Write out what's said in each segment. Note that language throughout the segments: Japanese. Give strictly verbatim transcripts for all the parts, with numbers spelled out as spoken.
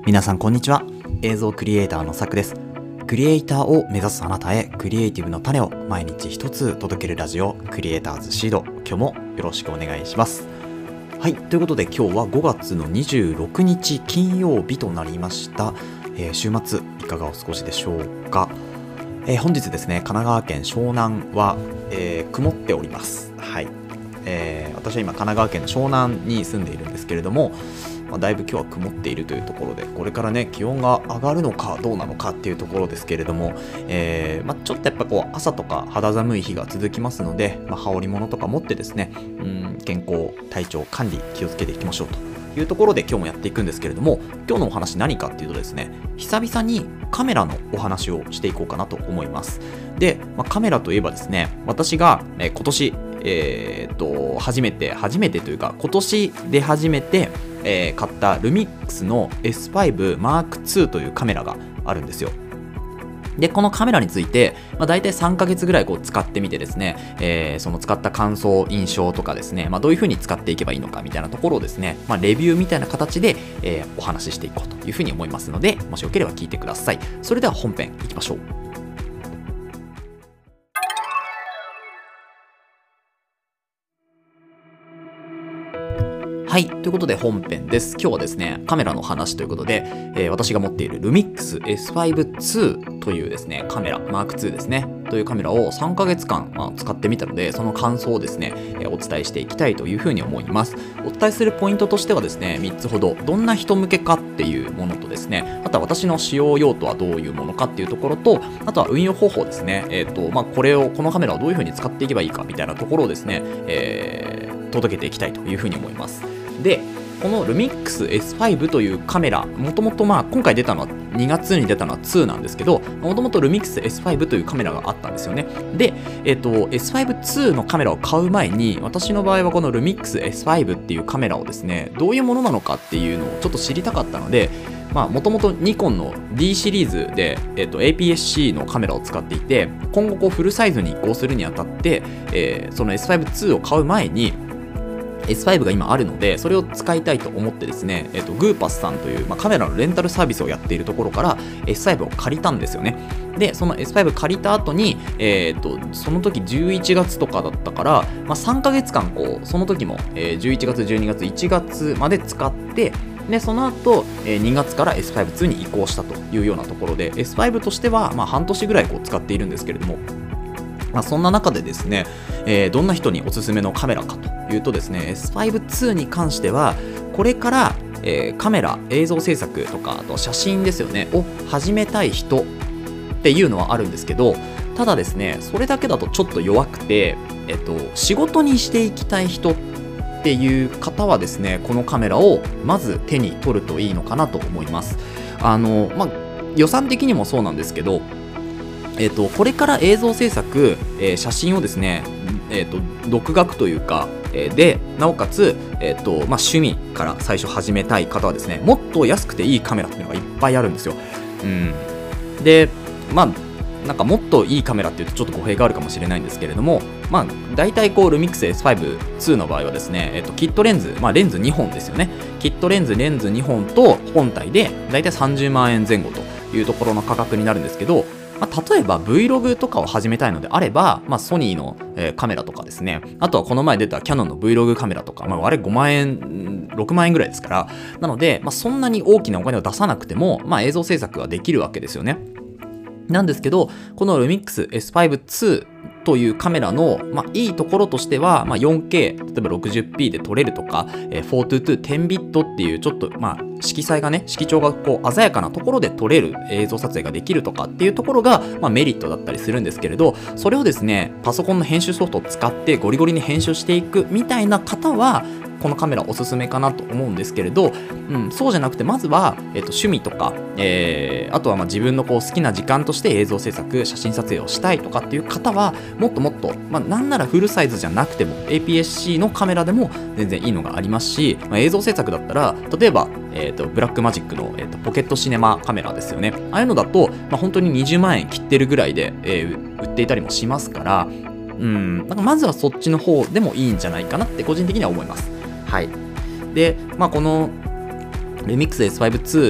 皆さんこんにちは。映像クリエイターのさくです。クリエイターを目指すあなたへ、クリエイティブの種を毎日一つ届けるラジオ、クリエイターズシード。今日もよろしくお願いします。はい、ということで今日はごがつのにじゅうろくにち金曜日となりました。えー、週末いかがお過ごしでしょうか。えー、本日ですね、神奈川県湘南は、えー、曇っております。はい、えー、私は今神奈川県の湘南に住んでいるんですけれども、まあ、だいぶ今日は曇っているというところで、これからね気温が上がるのかどうなのかっていうところですけれども、えーまあ、ちょっとやっぱこう朝とか肌寒い日が続きますので、まあ、羽織物とか持ってですね、うん健康体調管理気をつけていきましょうというところで今日もやっていくんですけれども、今日のお話何かっていうとですね、久々にカメラのお話をしていこうかなと思います。で、まあ、カメラといえばですね、私が、えー、今年えー、っと初めて初めてというか今年で初めて、えー、買ったルミックスの エスファイブマークツー というカメラがあるんですよ。でこのカメラについて、まあ、大体さんかげつぐらいこう使ってみてですね、えー、その使った感想印象とかですね、まあ、どういう風に使っていけばいいのかみたいなところをですね、まあ、レビューみたいな形で、えー、お話ししていこうという風に思いますので、もしよければ聞いてください。それでは本編いきましょう。はい、ということで本編です。今日はですね、カメラの話ということで、えー、私が持っているルミックス エスファイブツー というですね、カメラ、マークツーですね、というカメラをさんかげつかん、まあ、使ってみたので、その感想をですね、えー、お伝えしていきたいというふうに思います。お伝えするポイントとしてはですね、みっつほど、どんな人向けかっていうものとですね、あとは私の使用用途はどういうものかっていうところと、あとは運用方法ですね、えっと、まあ、これを、このカメラをどういうふうに使っていけばいいかみたいなところをですね、えー、届けていきたいというふうに思います。で、このルミックス エスファイブ というカメラ、もともとまあ今回出たのはにがつに出たのはツーなんですけど、もともとルミックス エスファイブ というカメラがあったんですよね。で、えっと エスファイブツー のカメラを買う前に、私の場合はこのルミックス エスファイブ っていうカメラをですね、どういうものなのかっていうのをちょっと知りたかったので、まあもともとニコンの D シリーズで、えっと エーピーエスシー のカメラを使っていて、今後こうフルサイズに移行するにあたって、えー、その エスファイブツー を買う前にエスファイブ が今あるので、それを使いたいと思ってですね、えっと、グーパスさんという、まあ、カメラのレンタルサービスをやっているところから エスファイブ を借りたんですよね。で、その エスファイブ 借りた後に、えー、っとその時じゅういちがつとかだったから、まあ、さんかげつかんこうその時も、えー、じゅういちがつじゅうにがついちがつまで使って、でその後、えー、にがつから エスファイブツー に移行したというようなところで、 エスファイブ としては、まあ、半年ぐらいこう使っているんですけれども、まあ、そんな中でですね、えー、どんな人におすすめのカメラかというとですね、 エスファイブツー に関してはこれから、えー、カメラ映像制作とか、あと写真ですよねを始めたい人っていうのはあるんですけど、ただですね、それだけだとちょっと弱くて、えっと、仕事にしていきたい人っていう方はですね、このカメラをまず手に取るといいのかなと思います。あの、まあ、予算的にもそうなんですけど、えー、とこれから映像制作、えー、写真をですね、えー、と独学というか、えー、でなおかつ、えーとまあ、趣味から最初始めたい方はですね、もっと安くていいカメラっていうのがいっぱいあるんですよ。うん、でまあなんかもっといいカメラっていうとちょっと語弊があるかもしれないんですけれども、まあ大体こうルミックス エスファイブツー の場合はですね、えっと、キットレンズ、まあレンズにほんですよね。キットレンズレンズにほんと本体で大体さんじゅうまんえんぜん後というところの価格になるんですけど、まあ、例えば Vlog とかを始めたいのであれば、まあ、ソニーの、えー、カメラとかですね、あとはこの前出たキヤノンの Vlog カメラとか、まあ、あれごまんえんろくまんえんぐらいですから、なので、まあ、そんなに大きなお金を出さなくても、まあ、映像制作はできるわけですよね。なんですけど、このルミックス エスファイブツー というカメラの、まあ、いいところとしては、まあ、よんケー、例えば ろくじゅうピー で撮れるとか、えー、フォートゥートゥー、じゅうビットっていうちょっと、まあ、色彩がね、色調がこう鮮やかなところで撮れる映像撮影ができるとかっていうところが、まあ、メリットだったりするんですけれど、それをですね、パソコンの編集ソフトを使ってゴリゴリに編集していくみたいな方は、このカメラおすすめかなと思うんですけれど、うん、そうじゃなくてまずは、えっと、趣味とか、えー、あとはまあ自分のこう好きな時間として映像制作写真撮影をしたいとかっていう方はもっともっと、まあ、なんならフルサイズじゃなくても エーピーエスシー のカメラでも全然いいのがありますし、まあ、映像制作だったら例えば、えー、とブラックマジックの、えー、とポケットシネマカメラですよね。ああいうのだと、まあ、本当ににじゅうまんえん切ってるぐらいで、えー、売っていたりもしますから、うん、なんかまずはそっちの方でもいいんじゃないかなって個人的には思います。はい。で、まあ、このルミックス エスファイブツー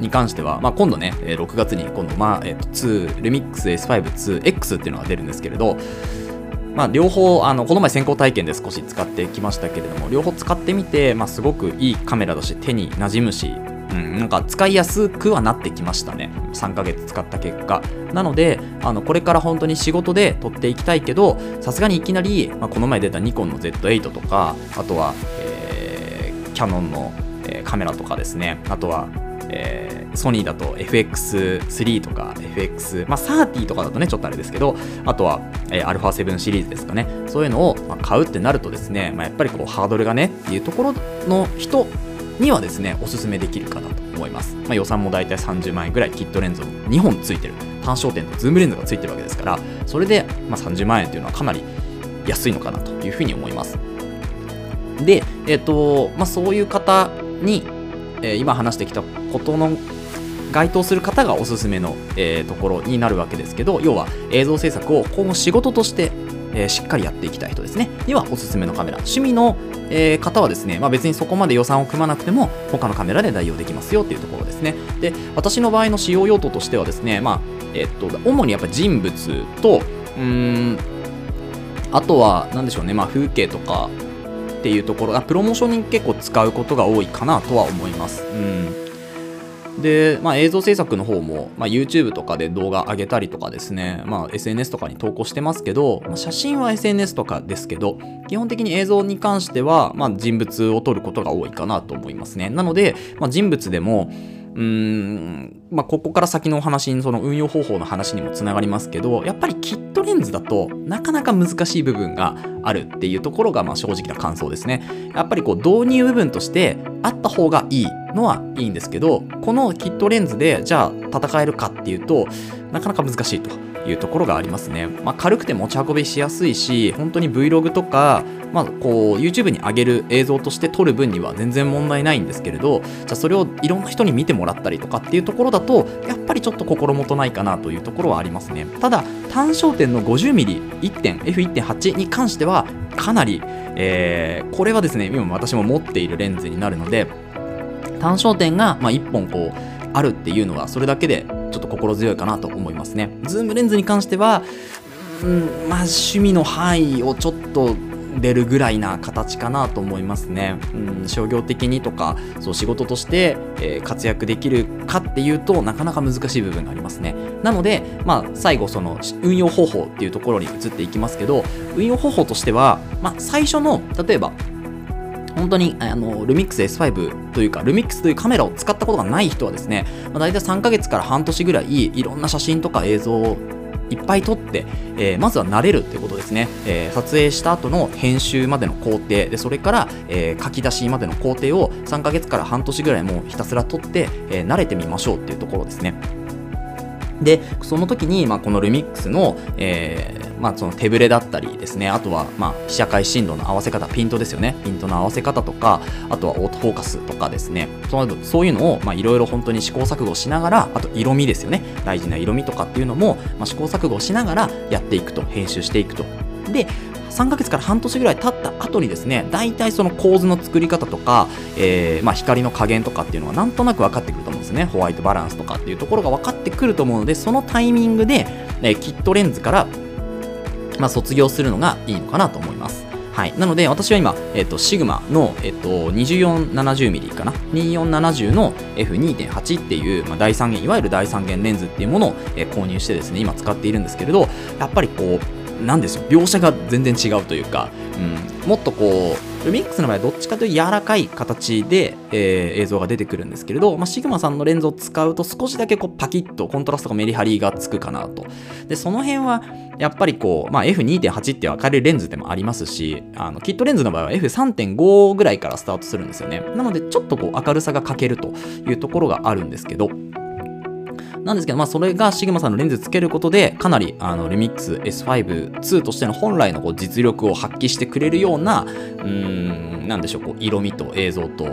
に関しては、まあ、今度ね、ろくがつに今度、まあえー、とツー、ルミックス エスファイブツーエックス っていうのが出るんですけれど、まあ、両方あのこの前先行体験で少し使ってきましたけれども、両方使ってみて、まあ、すごくいいカメラだし手に馴染むし、うん、なんか使いやすくはなってきましたね、さんかげつ使った結果。なのであのこれから本当に仕事で撮っていきたいけど、さすがにいきなり、まあ、この前出たニコンの ゼットエイト とか、あとは、えー、キャノンの、えー、カメラとかですね、あとは、えー、ソニーだと エフエックススリー とか エフエックス、まあ、サーティーとかだとねちょっとあれですけど、あとは、えー、アルファセブン シリーズですかね、そういうのを、まあ、買うってなるとですね、まあ、やっぱりこうハードルがねっていうところの人にはですねおすすめできるかなと思います。まあ、予算もだいたいさんじゅうまんえんぐらい、キットレンズもにほんついてる、単焦点とズームレンズがついてるわけですから、それで、まあ、さんじゅうまんえんというのはかなり安いのかなというふうに思います。で、えっとまあ、そういう方に、えー、今話してきたことの該当する方がおすすめの、えー、ところになるわけですけど、要は映像制作を今後仕事として、えー、しっかりやっていきたい人ですねにはおすすめのカメラ。趣味の、えー、方はですね、まあ、別にそこまで予算を組まなくても他のカメラで代用できますよっていうところですね。で、私の場合の使用用途としてはですね、まあえー、っと主にやっぱ人物とうーんあとは何でしょうね、まあ、風景とかっていうところ、あプロモーションに結構使うことが多いかなとは思います。うんで、まあ、映像制作の方も、まあ、YouTube とかで動画上げたりとかですね、まあ、エスエヌエス とかに投稿してますけど、まあ、写真は エスエヌエス とかですけど、基本的に映像に関しては、まあ、人物を撮ることが多いかなと思いますね。なので、まあ、人物でもうーんまあ、ここから先のお話にその運用方法の話にもつながりますけど、やっぱりキットレンズだとなかなか難しい部分があるっていうところがまあ正直な感想ですね。やっぱりこう導入部分としてあった方がいいのはいいんですけど、このキットレンズでじゃあ戦えるかっていうとなかなか難しいというところがありますね。まあ、軽くて持ち運びしやすいし、本当に Vlog とか、まあ、こう YouTube に上げる映像として撮る分には全然問題ないんですけれど、じゃあそれをいろんな人に見てもらったりとかっていうところだとやっぱりちょっと心もとないかなというところはありますね。ただ単焦点の ごじゅうミリ いってんエフいってんはち に関してはかなり、えー、これはですね今私も持っているレンズになるので、単焦点がまあいっぽんこうあるっていうのはそれだけでちょっと心強いかなと思いますね。ズームレンズに関しては、うん、まあ趣味の範囲をちょっと出るぐらいな形かなと思いますね。うん、商業的にとかそう仕事として、えー、活躍できるかっていうとなかなか難しい部分がありますね。なので、まあ、最後その運用方法っていうところに移っていきますけど、運用方法としては、まあ、最初の例えば本当にあのルミックス エスファイブ というかルミックスというカメラを使ったことがない人はですね、まあ、大体さんかげつから半年ぐらいいろんな写真とか映像をいっぱい撮って、えー、まずは慣れるっていうことですね。えー、撮影した後の編集までの工程で、それから、えー、書き出しまでの工程をさんかげつから半年ぐらいもうひたすら撮って、えー、慣れてみましょうっていうところですね。でその時に、まあ、このルミックスの、えーまあ、その手ブレだったりですね、あとは、まあ、被写界深度の合わせ方、ピントですよね、ピントの合わせ方とか、あとはオートフォーカスとかですね、そのそういうのをいろいろ本当に試行錯誤しながら、あと色味ですよね、大事な色味とかっていうのも、まあ、試行錯誤しながらやっていくと、編集していくと。でさんかげつから半年ぐらい経った後にですね、大体その構図の作り方とか、えーまあ、光の加減とかっていうのがなんとなく分かってくると思うんですね。ホワイトバランスとかっていうところが分かってくると思うので、そのタイミングで、えー、キットレンズから、まあ、卒業するのがいいのかなと思います。はい、なので私は今、えー、とシグマの、えー、とにじゅうよんななじゅうミリ かな、にじゅうよんななじゅうの エフにてんはち っていう、まあ、第三元いわゆる第三元レンズっていうものを、えー、購入してですね今使っているんですけれど、やっぱりこうなんですよ、描写が全然違うというか、うん、もっとこうルミックスの場合はどっちかというと柔らかい形で、えー、映像が出てくるんですけれど、まあ、シグマさんのレンズを使うと少しだけこうパキッとコントラストがメリハリがつくかなと。でその辺はやっぱりこう、まあ、エフにてんはち っていう明るいレンズでもありますし、あのキットレンズの場合は エフさんてんご ぐらいからスタートするんですよね。なのでちょっとこう明るさが欠けるというところがあるんですけど、なんですけど、まあ、それがシグマさんのレンズつけることでかなりあのルミックス エスファイブツー としての本来のこう実力を発揮してくれるような、うーんなんでしょう、こう色味と映像と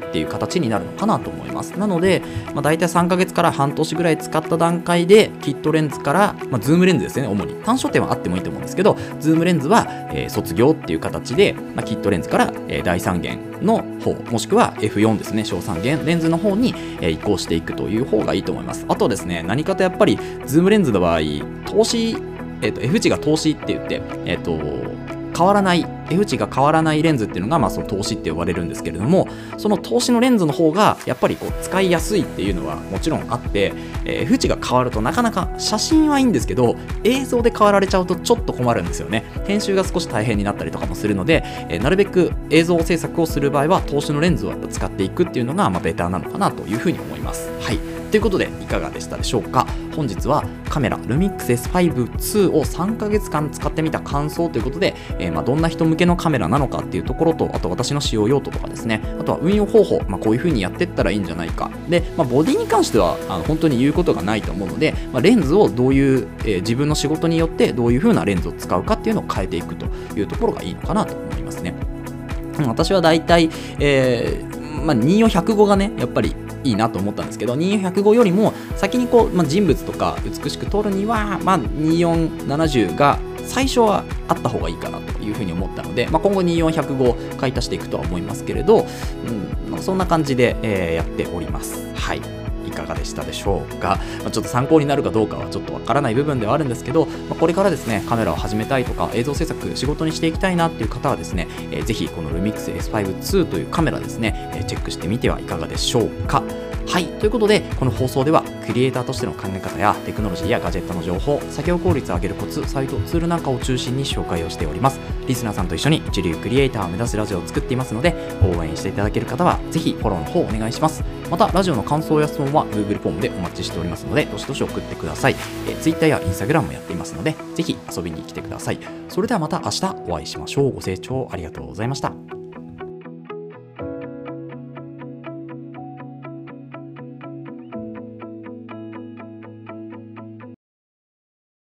っていう形になるのかなと思います。なので、まあ、大体さんかげつから半年ぐらい使った段階でキットレンズから、まあ、ズームレンズですね、主に単焦点はあってもいいと思うんですけど、ズームレンズは、えー、卒業っていう形で、まあ、キットレンズから、えー、大三元の方、もしくは エフよん ですね、小三元レンズの方に、えー、移行していくという方がいいと思います。あとですね、何かとやっぱりズームレンズの場合、投資、えー、と F 値が投資って言って、えー、と変わらない F 値が変わらないレンズっていうのが、まあ、その投資って呼ばれるんですけれども、その投資のレンズの方がやっぱりこう使いやすいっていうのはもちろんあって、えー、F 値が変わるとなかなか写真はいいんですけど、映像で変わられちゃうとちょっと困るんですよね。編集が少し大変になったりとかもするので、えー、なるべく映像制作をする場合は投資のレンズをやっぱ使っていくっていうのが、まあ、ベターなのかなというふうに思います。はい、ということでいかがでしたでしょうか。本日はカメラ ルミックスエスファイブツー をさんかげつかん使ってみた感想ということで、えー、まあどんな人向けのカメラなのかっていうところと、あと私の使用用途とかですね、あとは運用方法、まあ、こういう風にやっていったらいいんじゃないかで、まあ、ボディに関してはあの本当に言うことがないと思うので、まあ、レンズをどういう、えー、自分の仕事によってどういう風なレンズを使うかっていうのを変えていくというところがいいのかなと思いますね。私はだいたい、えーまあ、にーよんひゃくごがねやっぱりいいなと思ったんですけど、にーよんひゃくごよりも先にこう、まあ、人物とか美しく撮るには、まあ、にーよんななじゅうが最初はあった方がいいかなというふうに思ったので、まあ、今後にーよんひゃくご買い足していくとは思いますけれど、うん、そんな感じで、えー、やっております。はい、いかがでしたでしょうか。まあ、ちょっと参考になるかどうかはちょっとわからない部分ではあるんですけど、まあ、これからですねカメラを始めたいとか映像制作仕事にしていきたいなっていう方はですね、えー、ぜひこの ルミックスエスファイブツー というカメラですね、えー、チェックしてみてはいかがでしょうか。はい、ということでこの放送ではクリエイターとしての考え方やテクノロジーやガジェットの情報、作業効率を上げるコツ、サイト、ツールなんかを中心に紹介をしております。リスナーさんと一緒に一流クリエイターを目指すラジオを作っていますので、応援していただける方はぜひフォローの方お願いします。またラジオの感想や質問は Google フォームでお待ちしておりますので、どしどし送ってください。え Twitter や Instagram もやっていますので、ぜひ遊びに来てください。それではまた明日お会いしましょう。ご清聴ありがとうございました。